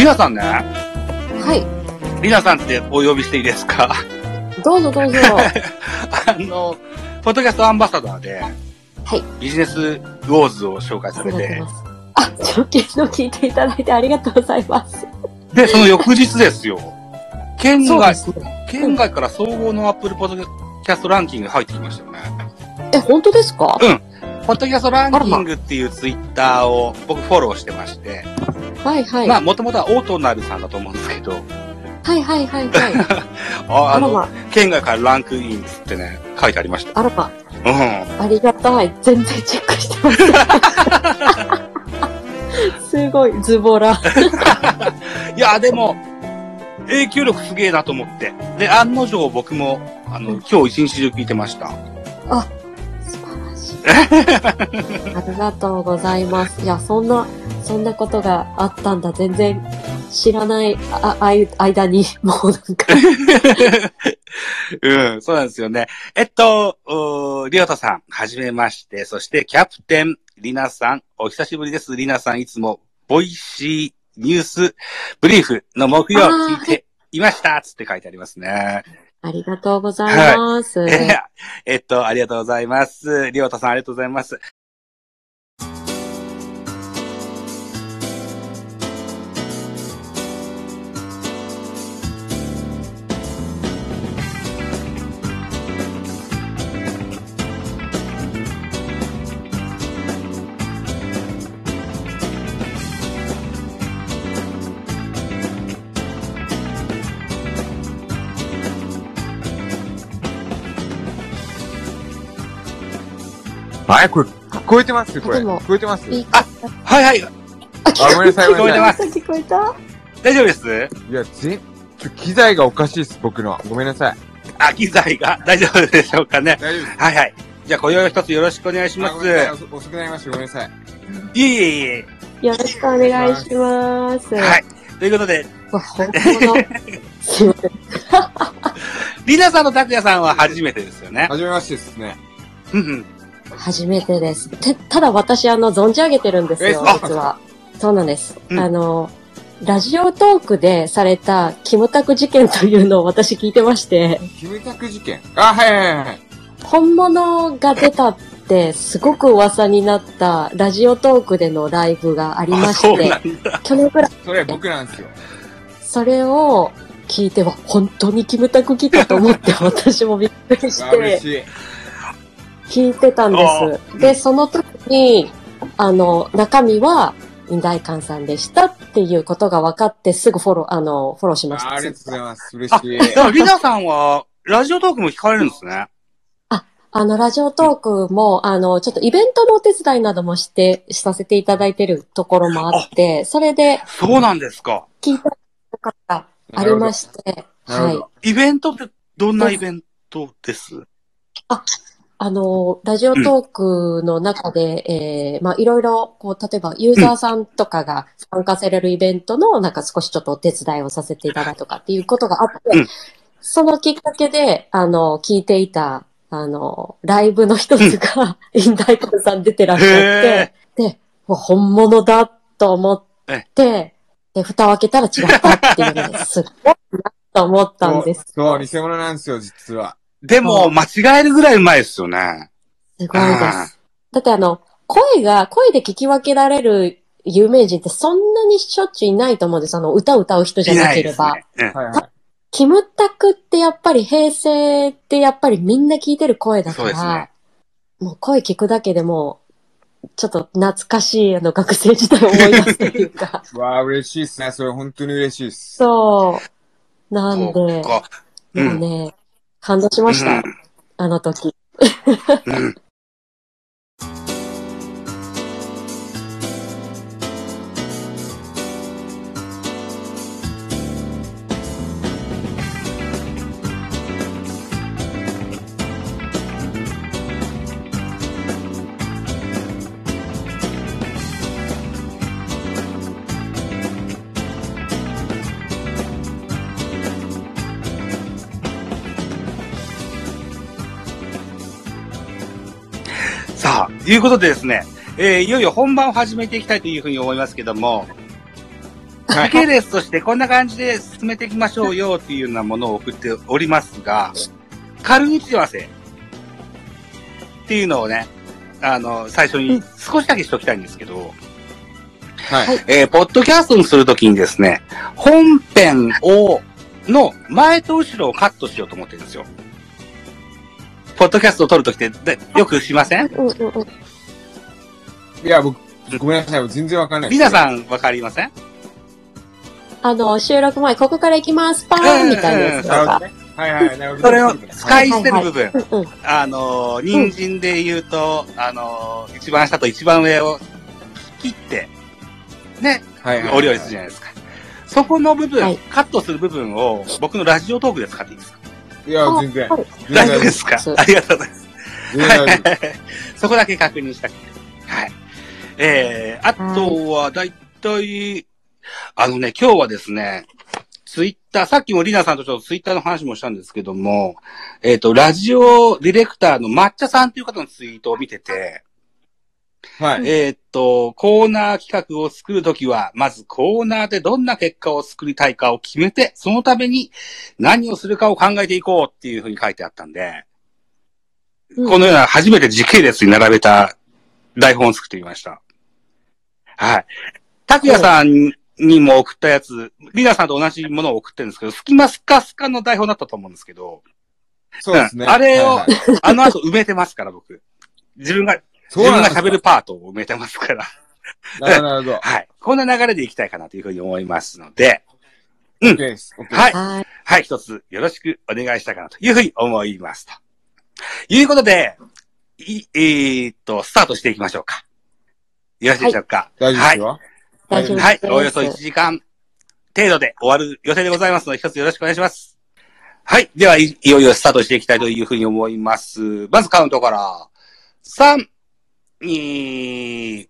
りなさんね。 はい。 りなさんってお呼びしていいですか？ どうぞどうぞ。 ポッドキャストアンバサダーで、 はい。 ビジネスウォーズを紹介されて。 直近の聞いていただいてありがとうございます。 で、その翌日ですよ。県外から総合のアップルポッドキャストランキング入ってきましたよね。 本当ですか？ うん。ポッドキャストランキングっていうツイッターを僕フォローしてまして。 はいはい。 まあ、もともとはオートナルさんだと思うんですけど。 はいはいはいはい。県外からランクインってね、書いてありました。 あらま。 うん。 ありがたい。全然チェックしてません。すごい、ズボラ。 いや、でも、影響力すげえなと思って。で、案の定僕も、今日一日中聞いてました。 あ、素晴らしい。ありがとうございます。いや、そんなことがあったんだ。全然知らない間に、もうなんか。 うん、そうなんですよね。りょうたさん、はじめまして。そして、キャプテン、りなさん、お久しぶりです。りなさん、いつも、ボイシーニュースブリーフの木曜聞いていましたつって書いてありますね。 ありがとうございます。 はい、ありがとうございます。りょうたさん、ありがとうございます。 はい、これ、聞こえてますこれ。聞こえてますあ、はいはい。 ごめんなさい、 聞こえてます。 聞こえた？ 大丈夫です？ いや、機材がおかしいです、僕の。ごめんなさい。 あ、機材が大丈夫でしょうかね。 大丈夫です。 はいはい。じゃあ、今宵一つよろしくお願いします。 ごめんなさい、遅くなりました。ごめんなさい。 いえ。 よろしくお願いします。 はい。ということで。 本当の。すいません。 りなさんとたくやさんは初めてですよね。 初めましてですね。 初めてです。ただ私存じ上げてるんですよ、実は。そうなんです。ラジオトークでされたキムタク事件というのを私聞いてまして。 キムタク事件？あ、はい。 本物が出たってすごく噂になったラジオトークでのライブがありまして。去年くらい。 それ僕なんですよ。 それを聞いては本当にキムタク来たと思って私もびっくりして。 嬉しい。 聞いてたんです。で、その時に、中身は、インダイカンさんでしたっていうことが分かってすぐフォローしました。 ありがとうございます。嬉しい。 だからリナさんは、ラジオトークも聞かれるんですね。 ラジオトークも、ちょっとイベントのお手伝いなどもさせていただいてるところもあって、それで。 そうなんですか。 聞いたことがありまして、 はい。イベントってどんなイベントです？ ラジオトークの中で、いろいろ、例えばユーザーさんとかが参加されるイベントの、少しちょっとお手伝いをさせていただくとかっていうことがあって、そのきっかけで、聞いていた、ライブの一つが、インダイカンさん出てらっしゃって、で、本物だと思って、で、蓋を開けたら違ったっていうのですごいなと思ったんです。 そう、偽物なんですよ、実は。 でも、間違えるぐらいうまいですよね。 すごいです。だって声で聞き分けられる有名人ってそんなにしょっちゅういないと思うんです。歌を歌う人じゃなければ。キムタクってやっぱり平成ってやっぱりみんな聞いてる声だから、もう声聞くだけでも、ちょっと懐かしい学生時代を思い出すというか。 わあ、嬉しいっすね。それ本当に嬉しいっす。 そう。なんで、もうね、感動しました。あの時。 さあ、ということでですね、いよいよ本番を始めていきたいというふうに思いますけども、 時系列としてこんな感じで進めていきましょうよっていうようなものを送っておりますが、軽打ち合わせっていうのをね、最初に少しだけしときたいんですけど、 はい。 ポッドキャストにするときにですね、本編の前と後ろをカットしようと思ってるんですよ。ポッドキャストを撮るときってよくしません？ いや、僕、ごめんなさい。全然わかんない。 リナさんわかりません？ 収録前、ここから行きます、パーンみたいなやつとか。 はいはい、なるほど。 それを使い捨てる部分。 はい人参で言うと、一番下と一番上を切って、ね、お料理するじゃないですか。そこの部分、カットする部分を僕のラジオトークで使っていいですか？ いや、全然。 大丈夫ですか？ありがとうございます。そこだけ確認したくて。はい。あとは、だいたい、今日はですね、ツイッター、さっきもリナさんとちょっとツイッターの話もしたんですけども、ラジオディレクターの抹茶さんという方のツイートを見てて、 はい。 コーナー企画を作るときは、まずコーナーでどんな結果を作りたいかを決めて、そのために何をするかを考えていこうっていうふうに書いてあったんで、このような初めて時系列に並べた台本を作ってみました。はい。拓也さんにも送ったやつ、リナさんと同じものを送ってるんですけど、隙間スカスカの台本だったと思うんですけど、 そうですね。 あれを、あの後埋めてますから、僕。自分が喋るパートを埋めてますから。 なるほど。 はい。こんな流れでいきたいかなというふうに思いますので、 OK です。 はい。はい、一つよろしくお願いしたいかなというふうに思いますと。いうことで、スタートしていきましょうか。よろしいでしょうか。 大丈夫ですよ。 はい。およそ1時間程度で終わる予定でございますので、一つよろしくお願いします。はい。では、いよいよスタートしていきたいというふうに思います。まずカウントから、3、2、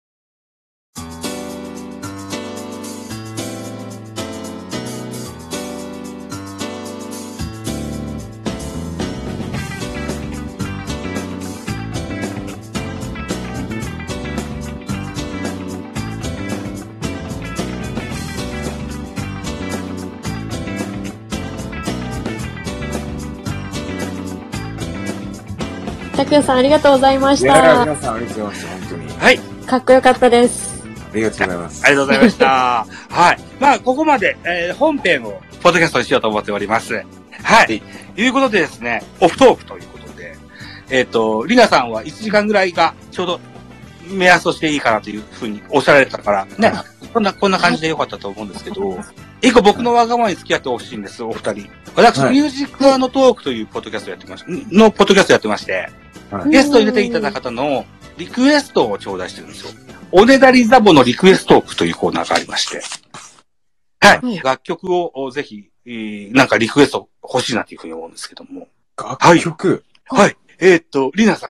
拓也さんありがとうございましいやた。 皆さんありがとうございました、本当に。 はい。 かっこよかったです。 ありがとうございます。 ありがとうございました。はい。まあ、ここまで、本編をポッドキャストにしようと思っております。はい。いうことでですね、オフトークということで、リナさんは1時間ぐらいがちょうど目安としていいかなというふうにおっしゃられたから、ね、こんな感じでよかったと思うんですけど、一個僕のわがままに付き合ってほしいんです、お二人。私、ミュージック&トークというポッドキャストやってまして、ゲストに出ていただいた方のリクエストを頂戴してるんですよ。おねだりザボのリクエストークというコーナーがありまして。はい。楽曲をぜひ、なんかリクエスト欲しいなというふうに思うんですけども。 楽曲はい。リナさん。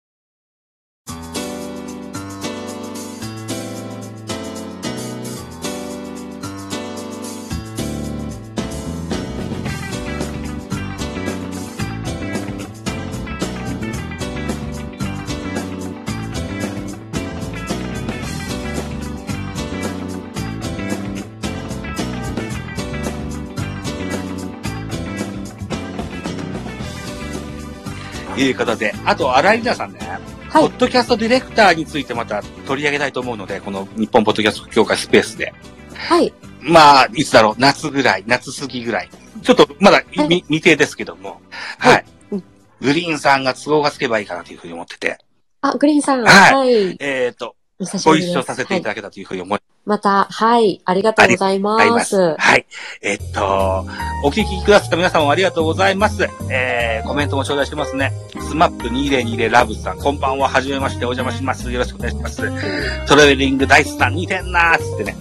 いうことで、あと、荒井里奈さんね、ポッドキャストディレクターについてまた取り上げたいと思うので、この日本ポッドキャスト協会スペースで。 はい。 まあ、いつだろう、夏過ぎぐらい。ちょっとまだ未定ですけども、はい。グリーンさんが都合がつけばいいかなというふうに思ってて。 あ、グリーンさん。 はい。ご一緒させていただけたというふうに思います。 また、はい。ありがとうございます。 はい。お聞きくださった皆様もありがとうございます。コメントも頂戴してますね。SMAP2020 ラブさん、こんばんは、はじめまして、お邪魔します。よろしくお願いします。トラベリングダイスさん、似てんなーつってね。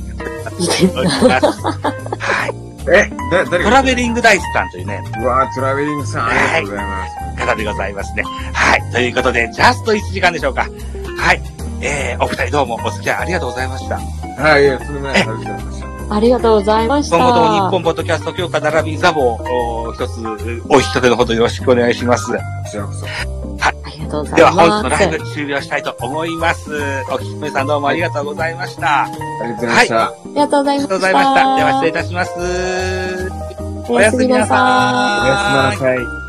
はい。 誰トラベリングダイスさんというね。 うわー、トラベリングさん、ありがとうございます。 方でございますね。はい。ということで、ジャスト1時間でしょうか。はい。お二人どうもお付き合いありがとうございました。 はい、いや、それもありがとうございました。 ありがとうございました。 今後とも日本ポッドキャスト協会並びザボを一つお引き立てのほどよろしくお願いします。 こちらこそ。 ありがとうございます。 では本日のライブ終了したいと思います。お聞きめさんどうもありがとうございました。 ありがとうございました。 ありがとうございました。 ありがとうございました。では失礼いたします。 おやすみなさい。 おやすみなさい。